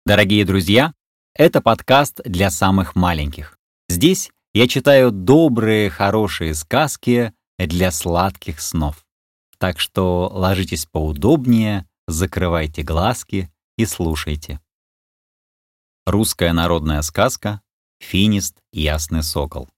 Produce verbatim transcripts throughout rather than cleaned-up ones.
Дорогие друзья, это подкаст для самых маленьких. Здесь я читаю добрые, хорошие сказки для сладких снов. Так что ложитесь поудобнее, закрывайте глазки и слушайте. Русская народная сказка «Финист, ясный сокол».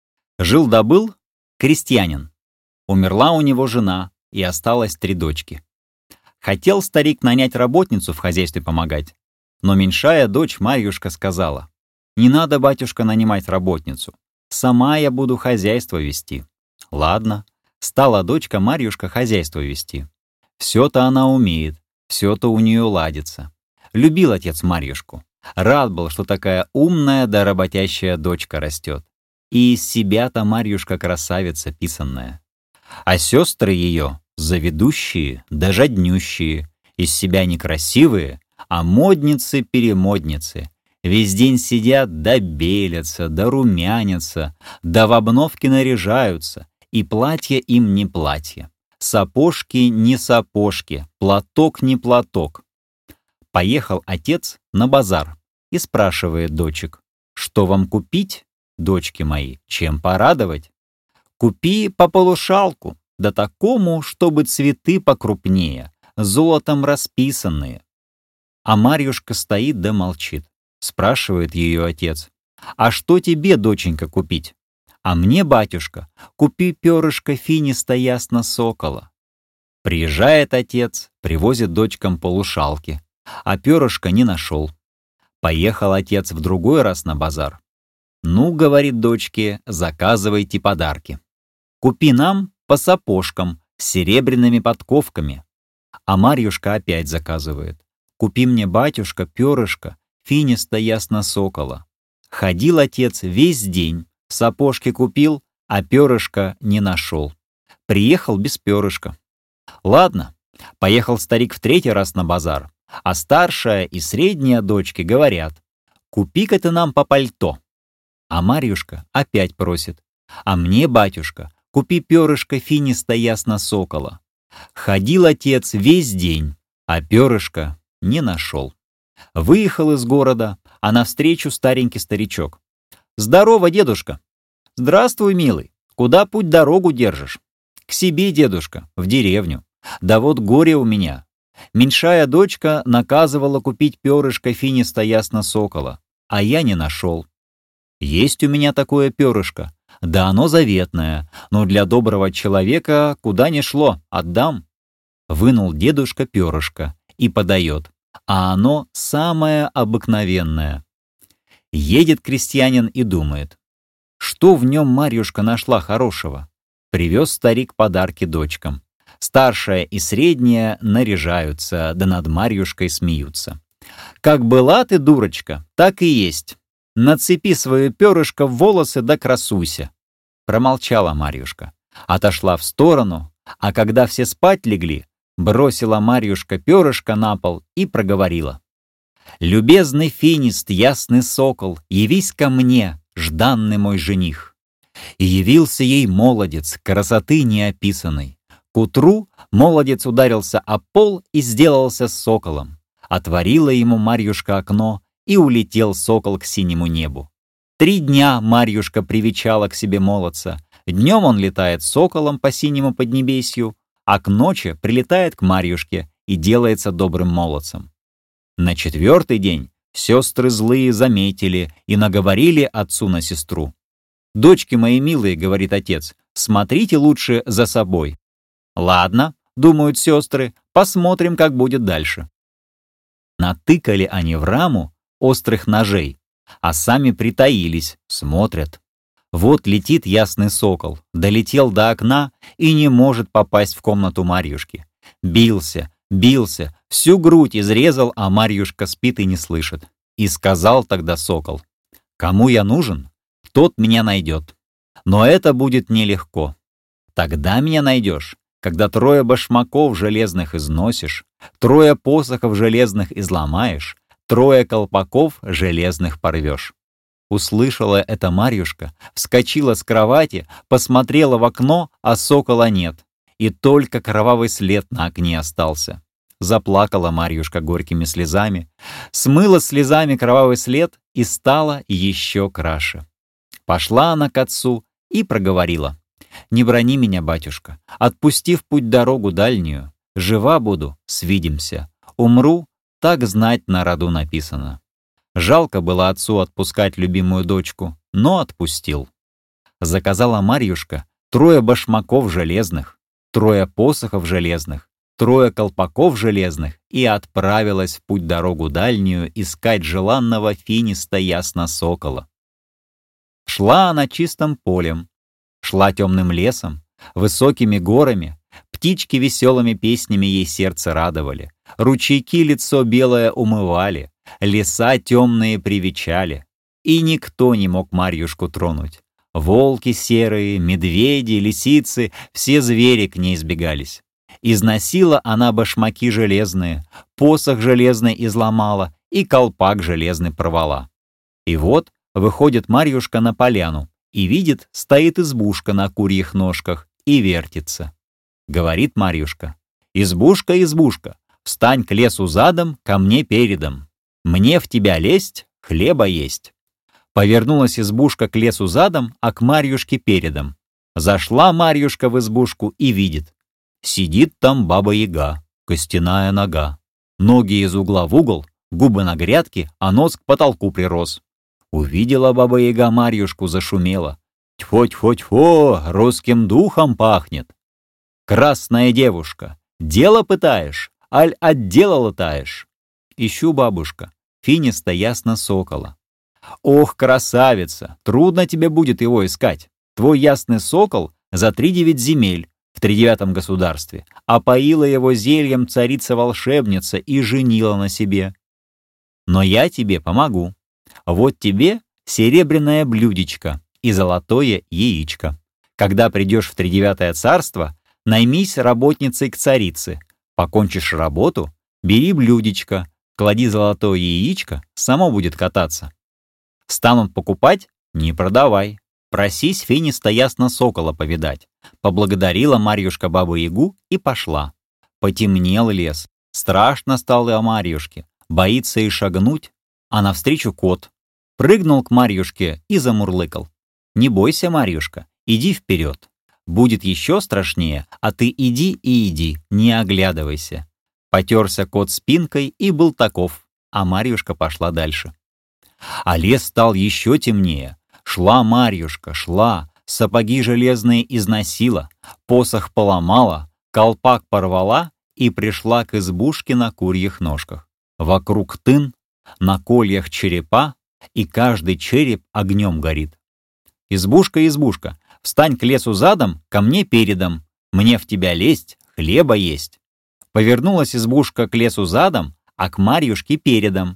Жил-да был крестьянин. Умерла у него жена, и осталось три дочки. Хотел старик нанять работницу в хозяйстве помогать, но меньшая дочь Марьюшка сказала: «Не надо, батюшка, нанимать работницу. Сама я буду хозяйство вести». Ладно, стала дочка Марьюшка хозяйство вести. Все-то она умеет, все-то у нее ладится. Любил отец Марьюшку. Рад был, что такая умная да работящая дочка растет. И из себя-то Марьюшка красавица писанная. А сестры ее заведущие да жаднющие, из себя некрасивые, а модницы-перемодницы. Весь день сидят да белятся, да румянятся, да в обновке наряжаются, и платье им не платье, сапожки не сапожки, платок не платок. Поехал отец на базар и спрашивает дочек: «Что вам купить, дочки мои, чем порадовать?» «Купи по полушалку, да такому, чтобы цветы покрупнее, золотом расписанные». А Марьюшка стоит да молчит. Спрашивает ее отец: «А что тебе, доченька, купить?» «А мне, батюшка, купи перышко финиста ясно сокола». Приезжает отец, привозит дочкам полушалки, а перышка не нашел. Поехал отец в другой раз на базар. «Ну, — говорит дочке, — заказывайте подарки. Купи нам по сапожкам с серебряными подковками». А Марьюшка опять заказывает: «Купи мне, батюшка, перышко финиста ясно сокола». Ходил отец весь день, сапожки купил, а перышка не нашел. Приехал без перышка. Ладно, поехал старик в третий раз на базар, а старшая и средняя дочки говорят: «Купи-ка ты нам по пальто». А Марьюшка опять просит: «А мне, батюшка, купи перышко финиста ясно сокола». Ходил отец весь день, а перышка не нашел. Выехал из города, а навстречу старенький старичок. «Здорово, дедушка!» «Здравствуй, милый! Куда путь дорогу держишь?» «К себе, дедушка, в деревню. Да вот горе у меня. Меньшая дочка наказывала купить перышко финиста ясно сокола, а я не нашел. Есть у меня такое перышко, да оно заветное, но для доброго человека куда ни шло, отдам». Вынул дедушка перышко и подает, а оно самое обыкновенное. Едет крестьянин и думает: что в нем Марьюшка нашла хорошего? Привез старик подарки дочкам. Старшая и средняя наряжаются, да над Марьюшкой смеются. «Как была ты, дурочка, так и есть. Нацепи свое перышко в волосы да красуйся». Промолчала Марьюшка, отошла в сторону, а когда все спать легли, бросила Марьюшка перышко на пол и проговорила: «Любезный финист, ясный сокол, явись ко мне, жданный мой жених». И явился ей молодец, красоты неописанной. К утру молодец ударился о пол и сделался соколом. Отворила ему Марьюшка окно, и улетел сокол к синему небу. Три дня Марьюшка привечала к себе молодца. Днем он летает соколом по синему поднебесью, а к ночи прилетает к Марьюшке и делается добрым молодцем. На четвертый день сестры злые заметили и наговорили отцу на сестру. «Дочки мои милые, — говорит отец, — смотрите лучше за собой». «Ладно, — думают сестры, — посмотрим, как будет дальше». Натыкали они в раму острых ножей, а сами притаились, смотрят. Вот летит ясный сокол, долетел до окна и не может попасть в комнату Марьюшки. Бился, бился, всю грудь изрезал, а Марьюшка спит и не слышит. И сказал тогда сокол: «Кому я нужен, тот меня найдет. Но это будет нелегко. Тогда меня найдешь, когда трое башмаков железных износишь, трое посохов железных изломаешь, трое колпаков железных порвешь». Услышала это Марьюшка, вскочила с кровати, посмотрела в окно, а сокола нет, и только кровавый след на окне остался. заплакала Марьюшка горькими слезами, смыла слезами кровавый след и стала еще краше. Пошла она к отцу и проговорила: «Не брони меня, батюшка, отпусти в путь дорогу дальнюю, жива буду, свидимся, умру, так знать на роду написано». Жалко было отцу отпускать любимую дочку, но отпустил. Заказала Марьюшка трое башмаков железных, трое посохов железных, трое колпаков железных и отправилась в путь дорогу дальнюю искать желанного финиста ясно сокола. Шла она чистым полем, шла темным лесом, высокими горами, птички веселыми песнями ей сердце радовали, ручейки лицо белое умывали, леса темные привечали, и никто не мог Марьюшку тронуть. Волки серые, медведи, лисицы, все звери к ней сбегались. Износила она башмаки железные, посох железный изломала и колпак железный порвала. И вот выходит Марьюшка на поляну и видит, стоит избушка на курьих ножках и вертится. Говорит Марьюшка: «Избушка, избушка, встань к лесу задом, ко мне передом. Мне в тебя лезть, хлеба есть». Повернулась избушка к лесу задом, а к Марьюшке передом. Зашла Марьюшка в избушку и видит: сидит там баба-яга, костяная нога. Ноги из угла в угол, губы на грядке, а нос к потолку прирос. Увидела баба-яга Марьюшку, зашумела: «Тьфу-тьфу-тьфу, русским духом пахнет! Красная девушка, дело пытаешь, аль от дела латаешь?» «Ищу, бабушка, финиста ясно сокола». «Ох, красавица, трудно тебе будет его искать. Твой ясный сокол за три девять земель в тридевятом государстве, а поила его зельем царица-волшебница и женила на себе. Но я тебе помогу. Вот тебе серебряное блюдечко и золотое яичко. Когда придешь в тридевятое царство, наймись работницей к царице. Покончишь работу, бери блюдечко, клади золотое яичко, само будет кататься. Станут покупать — не продавай. Просись финиста ясно сокола повидать». Поблагодарила Марьюшка бабу-ягу и пошла. Потемнел лес. Страшно стало о Марьюшке. Боится и шагнуть, а навстречу кот. Прыгнул к Марьюшке и замурлыкал: «Не бойся, Марьюшка, иди вперед. Будет еще страшнее, а ты иди и иди, не оглядывайся». Потерся кот спинкой и был таков, а Марьюшка пошла дальше. А лес стал еще темнее. Шла Марьюшка, шла, сапоги железные износила, посох поломала, колпак порвала и пришла к избушке на курьих ножках. Вокруг тын, на кольях черепа, и каждый череп огнем горит. «Избушка, избушка, встань к лесу задом, ко мне передом. Мне в тебя лезть, хлеба есть». Повернулась избушка к лесу задом, а к Марьюшке передом.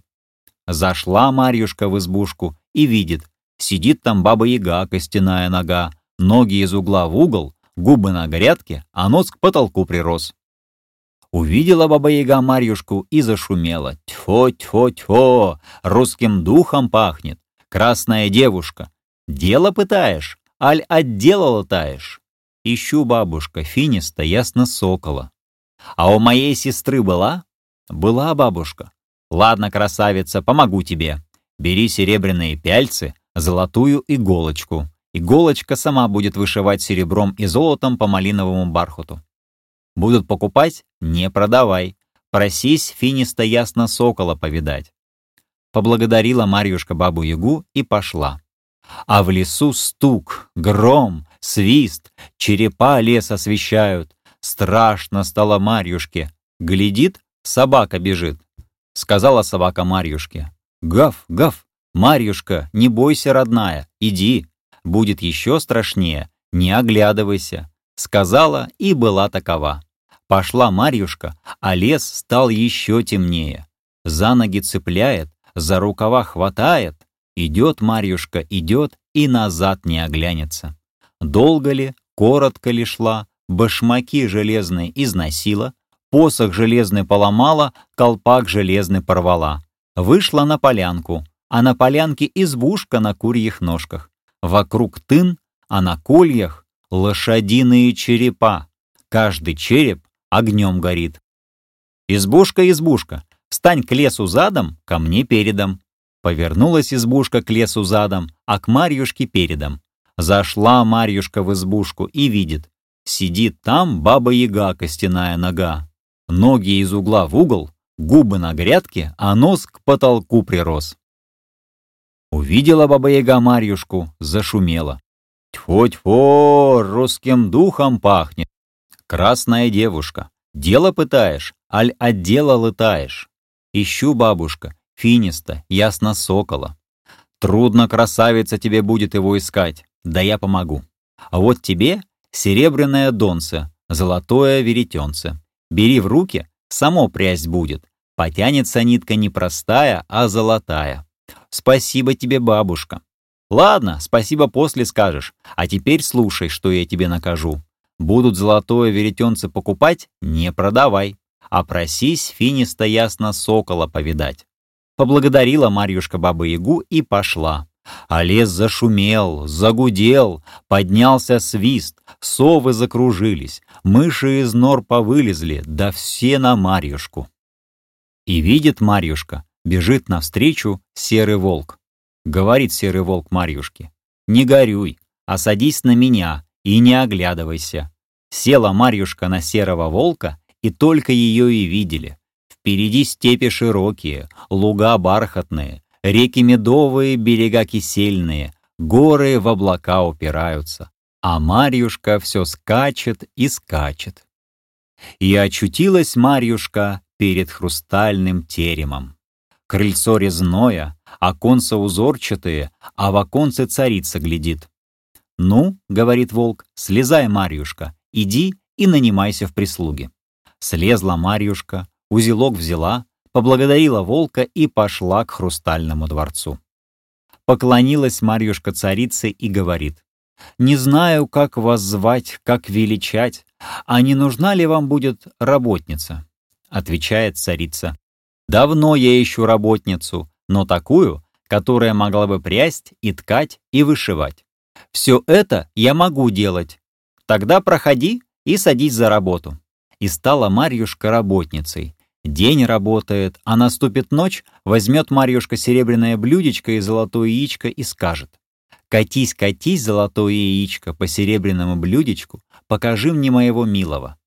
Зашла Марьюшка в избушку и видит: сидит там баба-яга, костяная нога, ноги из угла в угол, губы на грядке, а нос к потолку прирос. Увидела баба-яга Марьюшку и зашумела: «Тьфу-тьфу-тьфу, русским духом пахнет! Красная девушка, дело пытаешь, аль от дела латаешь?» «Ищу, бабушка, финиста ясно сокола». «А у моей сестры была?» «Была, бабушка». «Ладно, красавица, помогу тебе. Бери серебряные пяльцы, золотую иголочку. Иголочка сама будет вышивать серебром и золотом по малиновому бархату. Будут покупать — не продавай. Просись финиста ясно сокола повидать». Поблагодарила Марьюшка бабу-ягу и пошла. А в лесу стук, гром, свист, черепа лес освещают. Страшно стало Марьюшке. Глядит, собака бежит. Сказала собака Марьюшке: «Гав, гав, Марьюшка, не бойся, родная, иди. Будет еще страшнее, не оглядывайся». Сказала и была такова. Пошла Марьюшка, а лес стал еще темнее. За ноги цепляет, за рукава хватает. Идет Марьюшка, идет и назад не оглянется. Долго ли, коротко ли шла, башмаки железные износила, посох железный поломала, колпак железный порвала. Вышла на полянку, а на полянке избушка на курьих ножках. Вокруг тын, а на кольях лошадиные черепа. Каждый череп огнем горит. «Избушка, избушка, встань к лесу задом, ко мне передом». Повернулась избушка к лесу задом, а к Марьюшке передом. Зашла Марьюшка в избушку и видит, сидит там баба-яга костяная нога. Ноги из угла в угол, губы на грядке, а нос к потолку прирос. Увидела баба-яга Марьюшку, зашумела. «Тьфу-тьфу, русским духом пахнет! Красная девушка, дело пытаешь, аль от дела лытаешь? Ищу, бабушка, финиста, ясно сокола. Трудно, красавица, тебе будет его искать, да я помогу. А вот тебе серебряное донце, золотое веретенце. Бери в руки, само прясть будет. Потянется нитка не простая, а золотая. Спасибо тебе, бабушка. Ладно, спасибо после скажешь, а теперь слушай, что я тебе накажу. Будут золотое веретенце покупать, не продавай, а просись финиста ясно сокола повидать. Поблагодарила Марьюшка бабу-ягу и пошла. А лес зашумел, загудел, поднялся свист, совы закружились, мыши из нор повылезли, да все на Марьюшку. И видит Марьюшка, бежит навстречу серый волк. Говорит серый волк Марьюшке: «Не горюй, а садись на меня и не оглядывайся». Села Марьюшка на серого волка, и только ее и видели. Впереди степи широкие, луга бархатные, реки медовые, берега кисельные, горы в облака упираются, а Марьюшка все скачет и скачет. И очутилась Марьюшка перед хрустальным теремом. Крыльцо резное, оконца узорчатые, а в оконце царица глядит. «Ну, — говорит волк, — слезай, Марьюшка, иди и нанимайся в прислуги». Слезла Марьюшка, узелок взяла, поблагодарила волка и пошла к хрустальному дворцу. Поклонилась Марьюшка царице и говорит: «Не знаю, как вас звать, как величать, а не нужна ли вам будет работница?» Отвечает царица: «Давно я ищу работницу, но такую, которая могла бы прясть и ткать и вышивать. Все это я могу делать. Тогда проходи и садись за работу». И стала Марьюшка работницей. День работает, а наступит ночь, возьмет Марьюшка серебряное блюдечко и золотое яичко и скажет: «Катись, катись, золотое яичко, по серебряному блюдечку, покажи мне моего милого».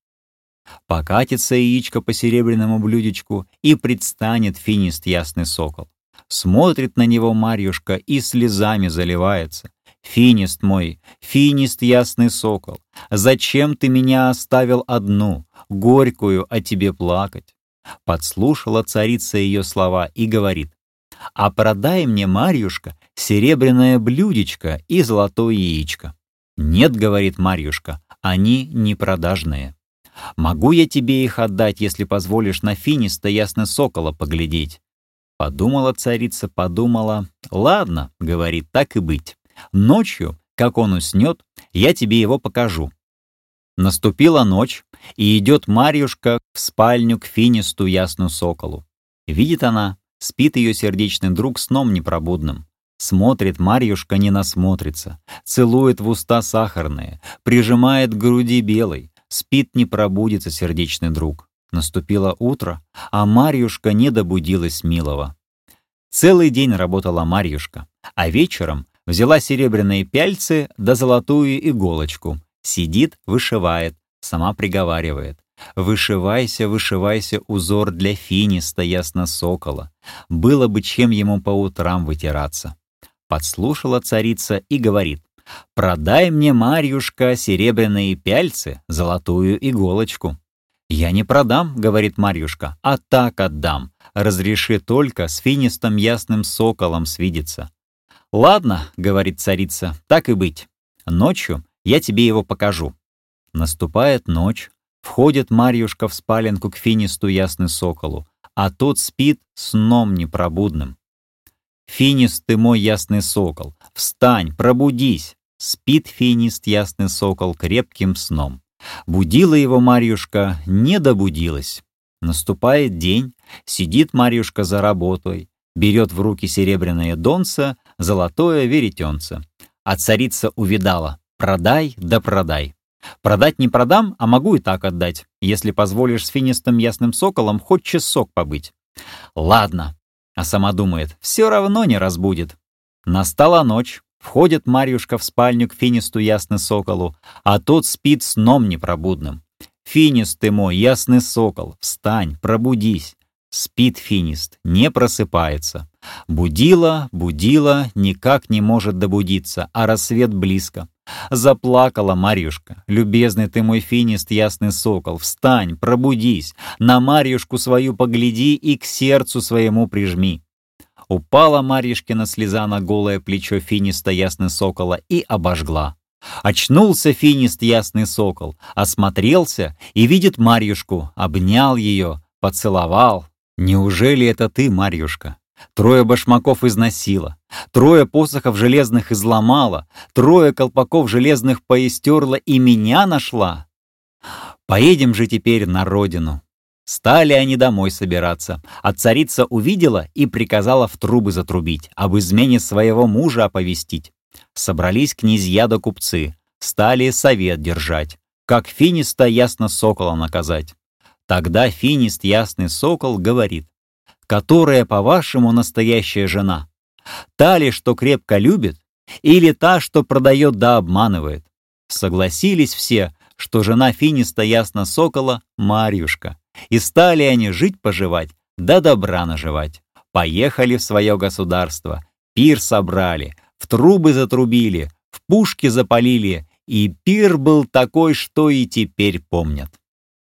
Покатится яичко по серебряному блюдечку, и предстанет финист ясный сокол. Смотрит на него Марьюшка и слезами заливается. «Финист мой, финист ясный сокол, зачем ты меня оставил одну, горькую о тебе плакать?» Подслушала царица ее слова и говорит: «А продай мне, Марьюшка, серебряное блюдечко и золотое яичко». «Нет, — говорит Марьюшка, — они не продажные. Могу я тебе их отдать, если позволишь на финиста ясно сокола поглядеть». Подумала царица, подумала. «Ладно, — говорит, — так и быть. Ночью, как он уснет, я тебе его покажу». Наступила ночь, и идет Марьюшка в спальню к финисту ясну соколу. Видит она, спит ее сердечный друг сном непробудным. Смотрит Марьюшка, не насмотрится, целует в уста сахарные, прижимает к груди белой, спит, не пробудится сердечный друг. Наступило утро, а Марьюшка не добудилась милого. Целый день работала Марьюшка, а вечером взяла серебряные пяльцы да золотую иголочку. Сидит, вышивает, сама приговаривает: «Вышивайся, вышивайся узор для финиста ясно сокола. Было бы чем ему по утрам вытираться». Подслушала царица и говорит: «Продай мне, Марьюшка, серебряные пяльцы, золотую иголочку». «Я не продам, — говорит Марьюшка, — а так отдам. Разреши только с финистом ясным соколом свидеться». «Ладно, — говорит царица, — так и быть. Ночью я тебе его покажу». Наступает ночь, входит Марьюшка в спаленку к финисту ясный соколу, а тот спит сном непробудным. «Финист ты мой ясный сокол, встань, пробудись!» Спит финист ясный сокол крепким сном. Будила его Марьюшка, не добудилась. Наступает день, сидит Марьюшка за работой, берет в руки серебряное донце, золотое веретенце. А царица увидала: «Продай да продай». Продать не продам, а могу и так отдать, если позволишь с финистым ясным соколом хоть часок побыть. Ладно, а сама думает, все равно не разбудит. Настала ночь, входит Марьюшка в спальню к финисту ясный соколу, а тот спит сном непробудным. «Финист ты мой, ясный сокол, встань, пробудись». Спит финист, не просыпается. Будила, будила, никак не может добудиться, а рассвет близко. Заплакала Марьюшка. «Любезный ты мой финист, ясный сокол, встань, пробудись, на Марьюшку свою погляди и к сердцу своему прижми». Упала Марьюшкина слеза на голое плечо финиста ясный сокола и обожгла. Очнулся финист ясный сокол, осмотрелся и видит Марьюшку, обнял ее, поцеловал. «Неужели это ты, Марьюшка? Трое башмаков износила, трое посохов железных изломала, трое колпаков железных поистерла и меня нашла? Поедем же теперь на родину». Стали они домой собираться, а царица увидела и приказала в трубы затрубить, об измене своего мужа оповестить. Собрались князья да купцы, стали совет держать, как финиста ясно сокола наказать. Тогда финист ясный сокол говорит: «Которая, по-вашему, настоящая жена? Та ли, что крепко любит, или та, что продает да обманывает?» Согласились все, что жена финиста ясно сокола — Марьюшка, и стали они жить-поживать, да добра наживать. Поехали в свое государство, пир собрали, в трубы затрубили, в пушки запалили, и пир был такой, что и теперь помнят.